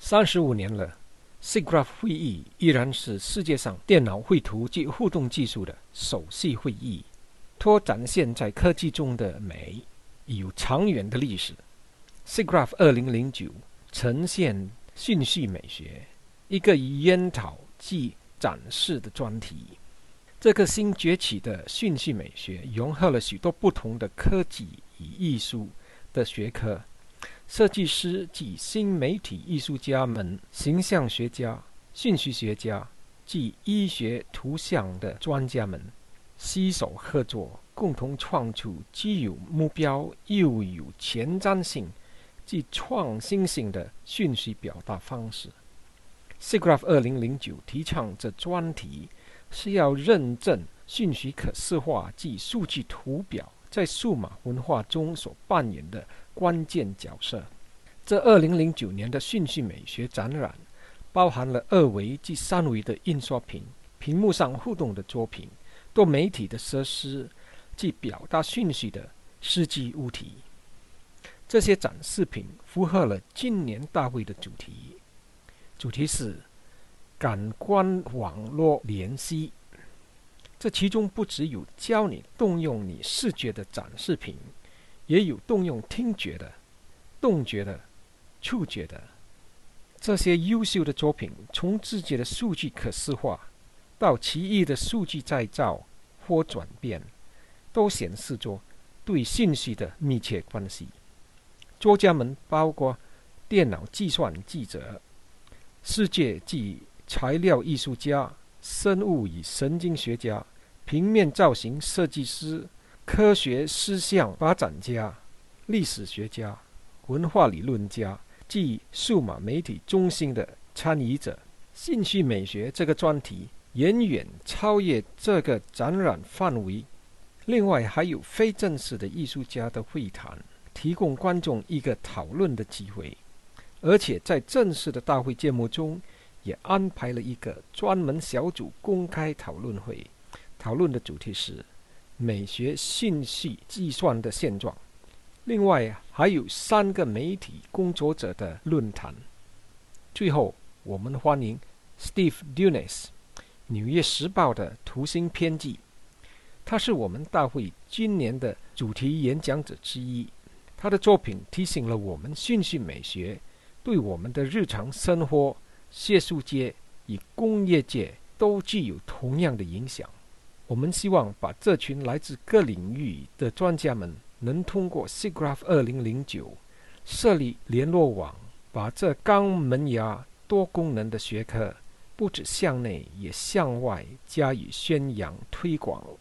35年了 ，SIGGRAPH 会议依然是世界上电脑绘图及互动技术的首席会议，托展现在科技中的美，有长远的历史。SIGGRAPH 2009呈现讯息美学，一个以研讨及展示的专题。这个新崛起的讯息美学融合了许多不同的科技与艺术的学科，设计师及新媒体艺术家们、形象学家、讯息学家及医学图像的专家们携手合作，共同创出既有目标又有前瞻性及创新性的讯息表达方式。SIGGRAPH 2009提倡这专题是要认证讯息可视化及数据图表在数码文化中所扮演的关键角色。这2009年的讯息美学展览包含了2维及3维的印刷品、屏幕上互动的作品、多媒体的设施及表达讯息的实际物体。这些展示品符合了今年大会的主题是感官网络联系。这其中不只有教你动用你视觉的展示品，也有动用听觉的、动觉的、触觉的。这些优秀的作品从自己的数据可视化到奇异的数据再造或转变，都显示着对信息的密切关系。作家们包括电脑计算记者、世界及材料艺术家、生物与神经学家、平面造型设计师、科学思想发展家、历史学家、文化理论家及数码媒体中心的参与者。信息美学这个专题远远超越这个展览范围，另外还有非正式的艺术家的会谈，提供观众一个讨论的机会。而且在正式的大会节目中也安排了一个专门小组公开讨论会，讨论的主题是美学信息计算的现状。另外还有3个媒体工作者的论坛。最后我们欢迎 Steve Doones， 纽约时报的图形编辑，他是我们大会今年的主题演讲者之一。他的作品提醒了我们讯息美学对我们的日常生活、学术界与工业界都具有同样的影响。我们希望把这群来自各领域的专家们能通过 SIGGRAPH 2009设立联络网，把这刚萌芽多功能的学科不只向内也向外加以宣扬推广。